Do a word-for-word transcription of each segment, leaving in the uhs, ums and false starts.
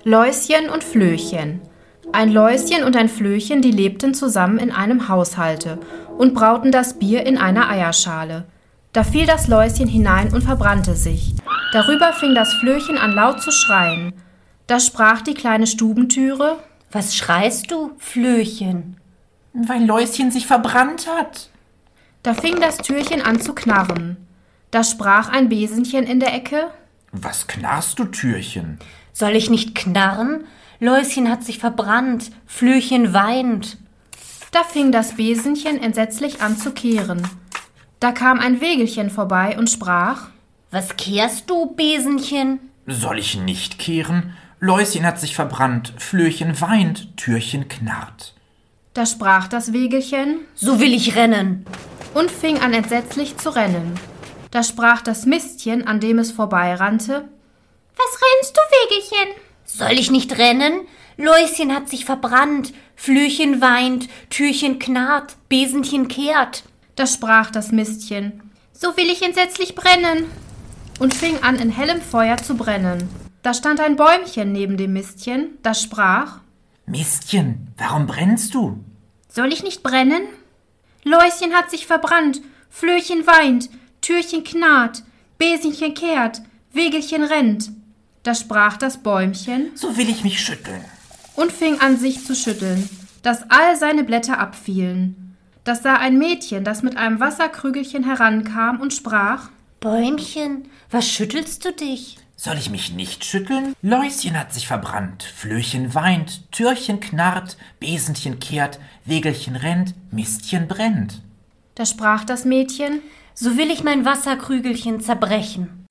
Läuschen und Flöhchen. Ein Läuschen und ein Flöhchen, die lebten zusammen in einem Haushalte und brauten das Bier in einer Eierschale. Da fiel das Läuschen hinein und verbrannte sich. Darüber fing das Flöhchen an laut zu schreien. Da sprach die kleine Stubentüre: »Was schreist du, Flöhchen?« »Weil Läuschen sich verbrannt hat.« Da fing das Türchen an zu knarren. Da sprach ein Besenchen in der Ecke: »Was knarrst du, Türchen?« »Soll ich nicht knarren? Läuschen hat sich verbrannt, Flöhchen weint.« Da fing das Besenchen entsetzlich an zu kehren. Da kam ein Wägelchen vorbei und sprach: »Was kehrst du, Besenchen?« »Soll ich nicht kehren? Läuschen hat sich verbrannt, Flöhchen weint, Türchen knarrt.« Da sprach das Wägelchen: »So will ich rennen!« und fing an entsetzlich zu rennen. Da sprach das Mistchen, an dem es vorbeirannte: »Was rennst du, Wägelchen?« »Soll ich nicht rennen? Läuschen hat sich verbrannt, Flöhchen weint, Türchen knarrt, Besenchen kehrt.« Da sprach das Mistchen: »So will ich entsetzlich brennen!« und fing an, in hellem Feuer zu brennen. Da stand ein Bäumchen neben dem Mistchen, das sprach: »Mistchen, warum brennst du?« »Soll ich nicht brennen? Läuschen hat sich verbrannt, Flöhchen weint, Türchen knarrt, Besenchen kehrt, Wägelchen rennt.« Da sprach das Bäumchen: »So will ich mich schütteln.« und fing an, sich zu schütteln, dass all seine Blätter abfielen. Das sah ein Mädchen, das mit einem Wasserkrügelchen herankam und sprach: »Bäumchen, was schüttelst du dich?« »Soll ich mich nicht schütteln? Läuschen hat sich verbrannt, Flöhchen weint, Türchen knarrt, Besenchen kehrt, Wägelchen rennt, Mistchen brennt.« Da sprach das Mädchen: »So will ich mein Wasserkrügelchen zerbrechen.«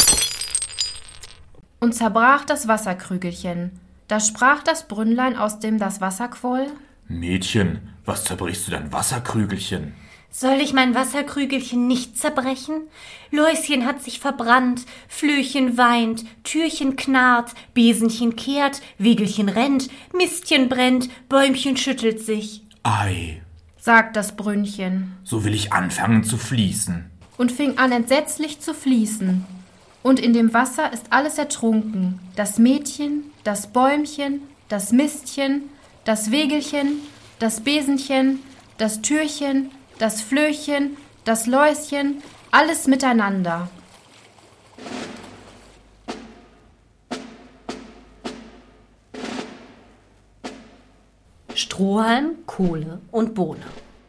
und zerbrach das Wasserkrügelchen. Da sprach das Brünnlein, aus dem das Wasser quoll: »Mädchen, was zerbrichst du dein Wasserkrügelchen?« »Soll ich mein Wasserkrügelchen nicht zerbrechen? Läuschen hat sich verbrannt, Flöhchen weint, Türchen knarrt, Besenchen kehrt, Wägelchen rennt, Mistchen brennt, Bäumchen schüttelt sich.« »Ei«, sagt das Brünnchen, »so will ich anfangen zu fließen.« und fing an, entsetzlich zu fließen. Und in dem Wasser ist alles ertrunken: das Mädchen, das Bäumchen, das Mistchen, das Wägelchen, das Besenchen, das Türchen, das Flöhchen, das Läuschen, alles miteinander. Strohhalm, Kohle und Bohne.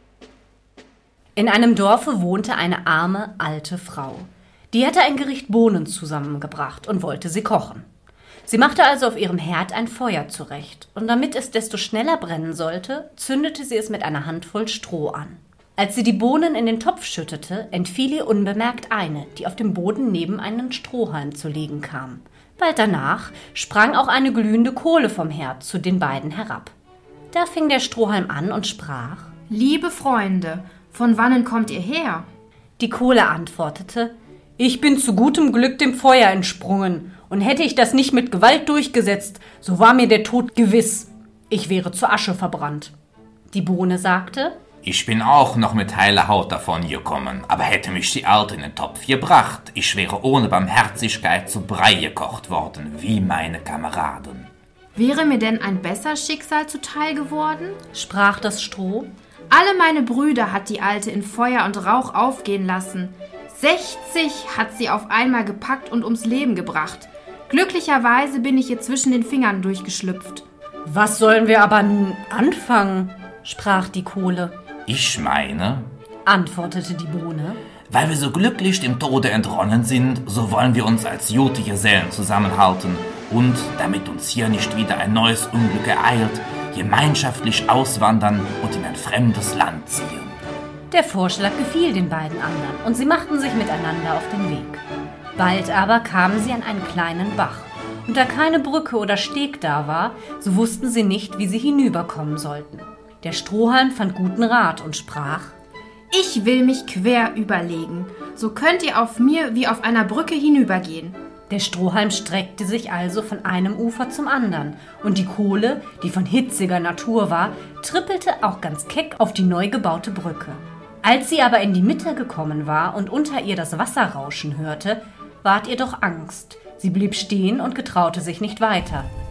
In einem Dorfe wohnte eine arme, alte Frau. Die hatte ein Gericht Bohnen zusammengebracht und wollte sie kochen. Sie machte also auf ihrem Herd ein Feuer zurecht, und damit es desto schneller brennen sollte, zündete sie es mit einer Handvoll Stroh an. Als sie die Bohnen in den Topf schüttete, entfiel ihr unbemerkt eine, die auf dem Boden neben einen Strohhalm zu liegen kam. Bald danach sprang auch eine glühende Kohle vom Herd zu den beiden herab. Da fing der Strohhalm an und sprach: »Liebe Freunde, von wannen kommt ihr her?« Die Kohle antwortete: »Ich bin zu gutem Glück dem Feuer entsprungen, und hätte ich das nicht mit Gewalt durchgesetzt, so war mir der Tod gewiss. Ich wäre zur Asche verbrannt.« Die Bohne sagte: »Ich bin auch noch mit heiler Haut davon gekommen, aber hätte mich die Alte in den Topf gebracht, ich wäre ohne Barmherzigkeit zu Brei gekocht worden, wie meine Kameraden.« »Wäre mir denn ein besser Schicksal zuteil geworden?« sprach das Stroh. »Alle meine Brüder hat die Alte in Feuer und Rauch aufgehen lassen. Sechzig hat sie auf einmal gepackt und ums Leben gebracht. Glücklicherweise bin ich ihr zwischen den Fingern durchgeschlüpft.« »Was sollen wir aber nun anfangen?« sprach die Kohle. »Ich meine«, antwortete die Bohne, »weil wir so glücklich dem Tode entronnen sind, so wollen wir uns als gute Gesellen zusammenhalten und, damit uns hier nicht wieder ein neues Unglück ereilt, gemeinschaftlich auswandern und in ein fremdes Land ziehen.« Der Vorschlag gefiel den beiden anderen, und sie machten sich miteinander auf den Weg. Bald aber kamen sie an einen kleinen Bach, und da keine Brücke oder Steg da war, so wussten sie nicht, wie sie hinüberkommen sollten. Der Strohhalm fand guten Rat und sprach: »Ich will mich quer überlegen, so könnt ihr auf mir wie auf einer Brücke hinübergehen.« Der Strohhalm streckte sich also von einem Ufer zum anderen, und die Kohle, die von hitziger Natur war, trippelte auch ganz keck auf die neu gebaute Brücke. Als sie aber in die Mitte gekommen war und unter ihr das Wasser rauschen hörte, ward ihr doch Angst. Sie blieb stehen und getraute sich nicht weiter.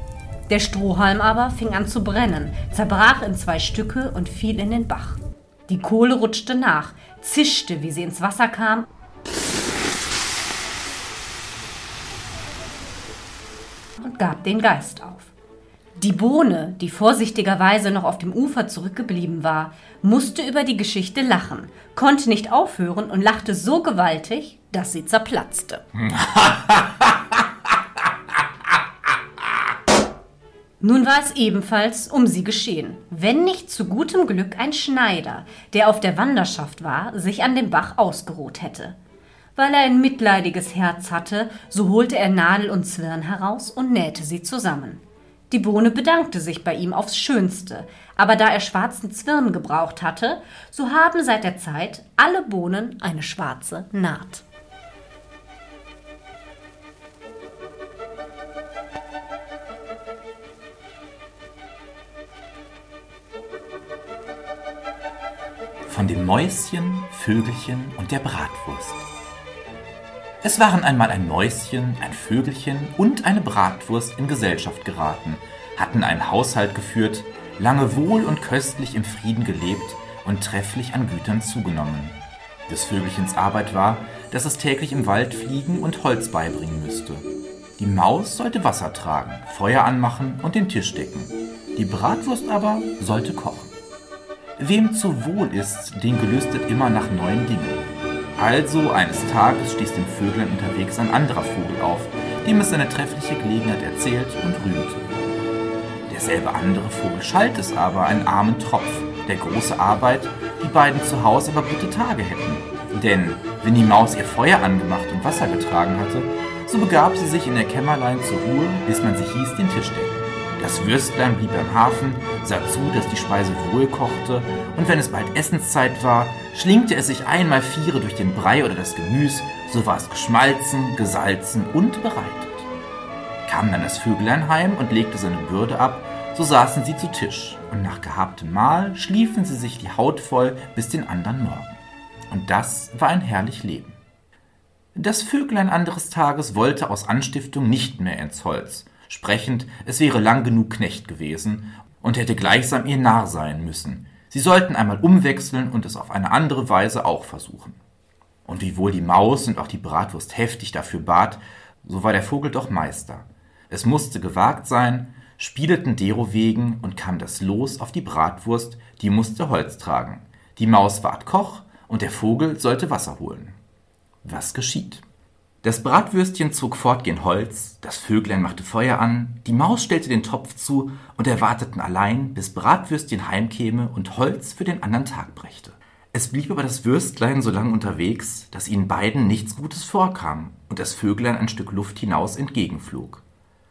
Der Strohhalm aber fing an zu brennen, zerbrach in zwei Stücke und fiel in den Bach. Die Kohle rutschte nach, zischte, wie sie ins Wasser kam, und gab den Geist auf. Die Bohne, die vorsichtigerweise noch auf dem Ufer zurückgeblieben war, musste über die Geschichte lachen, konnte nicht aufhören und lachte so gewaltig, dass sie zerplatzte. Nun war es ebenfalls um sie geschehen, wenn nicht zu gutem Glück ein Schneider, der auf der Wanderschaft war, sich an dem Bach ausgeruht hätte. Weil er ein mitleidiges Herz hatte, so holte er Nadel und Zwirn heraus und nähte sie zusammen. Die Bohne bedankte sich bei ihm aufs Schönste, aber da er schwarzen Zwirn gebraucht hatte, so haben seit der Zeit alle Bohnen eine schwarze Naht. Von dem Mäuschen, Vögelchen und der Bratwurst. Es waren einmal ein Mäuschen, ein Vögelchen und eine Bratwurst in Gesellschaft geraten, hatten einen Haushalt geführt, lange wohl und köstlich im Frieden gelebt und trefflich an Gütern zugenommen. Des Vögelchens Arbeit war, dass es täglich im Wald fliegen und Holz beibringen müsste. Die Maus sollte Wasser tragen, Feuer anmachen und den Tisch decken. Die Bratwurst aber sollte kochen. Wem zu wohl ist, den gelüstet immer nach neuen Dingen. Also eines Tages stieß dem Vöglein unterwegs ein anderer Vogel auf, dem es seine treffliche Gelegenheit erzählt und rühmte. Derselbe andere Vogel schalt es aber, einen armen Tropf, der große Arbeit, die beiden zu Hause aber gute Tage hätten. Denn wenn die Maus ihr Feuer angemacht und Wasser getragen hatte, so begab sie sich in der Kämmerlein zur Ruhe, bis man sie hieß, den Tisch decken. Das Würstlein blieb beim Hafen, sah zu, dass die Speise wohl kochte, und wenn es bald Essenszeit war, schlingte es sich einmal viere durch den Brei oder das Gemüs, so war es geschmalzen, gesalzen und bereitet. Kam dann das Vöglein heim und legte seine Bürde ab, so saßen sie zu Tisch, und nach gehabtem Mahl schliefen sie sich die Haut voll bis den andern Morgen. Und das war ein herrlich Leben. Das Vöglein anderes Tages wollte aus Anstiftung nicht mehr ins Holz, sprechend, es wäre lang genug Knecht gewesen und hätte gleichsam ihr Narr sein müssen. Sie sollten einmal umwechseln und es auf eine andere Weise auch versuchen. Und wiewohl die Maus und auch die Bratwurst heftig dafür bat, so war der Vogel doch Meister. Es musste gewagt sein, spieleten derowegen und kam das Los auf die Bratwurst, die musste Holz tragen. Die Maus ward Koch und der Vogel sollte Wasser holen. Was geschieht? Das Bratwürstchen zog fortgehend Holz, das Vöglein machte Feuer an, die Maus stellte den Topf zu und erwarteten allein, bis Bratwürstchen heimkäme und Holz für den anderen Tag brächte. Es blieb aber das Würstlein so lang unterwegs, dass ihnen beiden nichts Gutes vorkam und das Vöglein ein Stück Luft hinaus entgegenflog.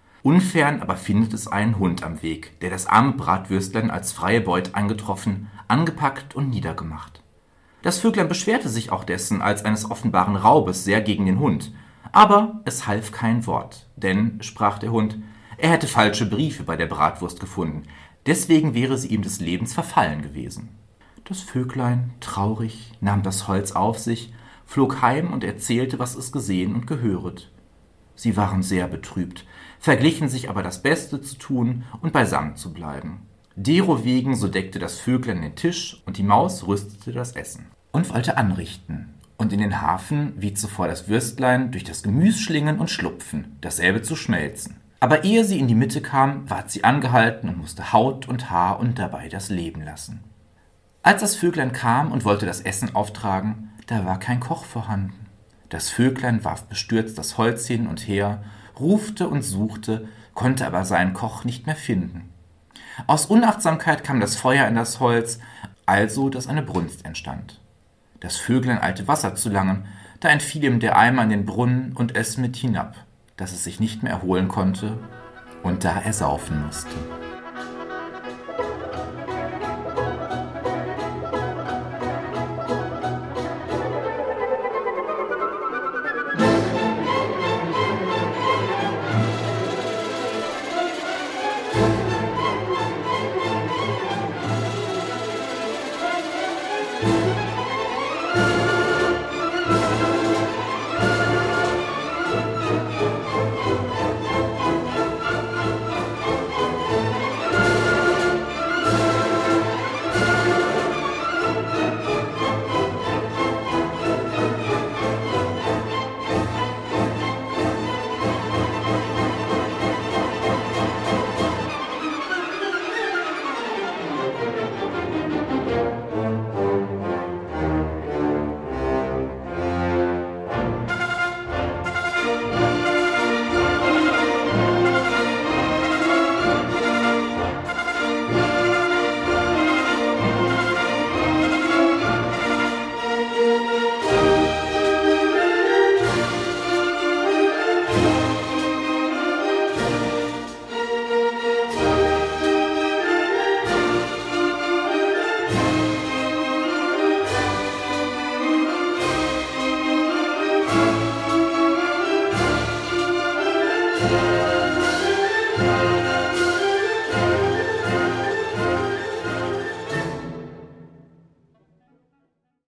Unfern aber findet es einen Hund am Weg, der das arme Bratwürstlein als freie Beut angetroffen, angepackt und niedergemacht. Das Vöglein beschwerte sich auch dessen als eines offenbaren Raubes sehr gegen den Hund, aber es half kein Wort, denn, sprach der Hund, er hätte falsche Briefe bei der Bratwurst gefunden, deswegen wäre sie ihm des Lebens verfallen gewesen. Das Vöglein, traurig, nahm das Holz auf sich, flog heim und erzählte, was es gesehen und gehöret. Sie waren sehr betrübt, verglichen sich aber das Beste zu tun und beisammen zu bleiben. Derowegen so deckte das Vöglein den Tisch und die Maus rüstete das Essen und wollte anrichten und in den Hafen, wie zuvor das Würstlein, durch das Gemüs schlingen und schlupfen, dasselbe zu schmelzen. Aber ehe sie in die Mitte kam, ward sie angehalten und musste Haut und Haar und dabei das Leben lassen. Als das Vöglein kam und wollte das Essen auftragen, da war kein Koch vorhanden. Das Vöglein warf bestürzt das Holz hin und her, rufte und suchte, konnte aber seinen Koch nicht mehr finden. Aus Unachtsamkeit kam das Feuer in das Holz, also dass eine Brunst entstand. Das Vöglein eilte Wasser zu langen, da entfiel ihm der Eimer in den Brunnen und es mit hinab, dass es sich nicht mehr erholen konnte und da ersaufen musste.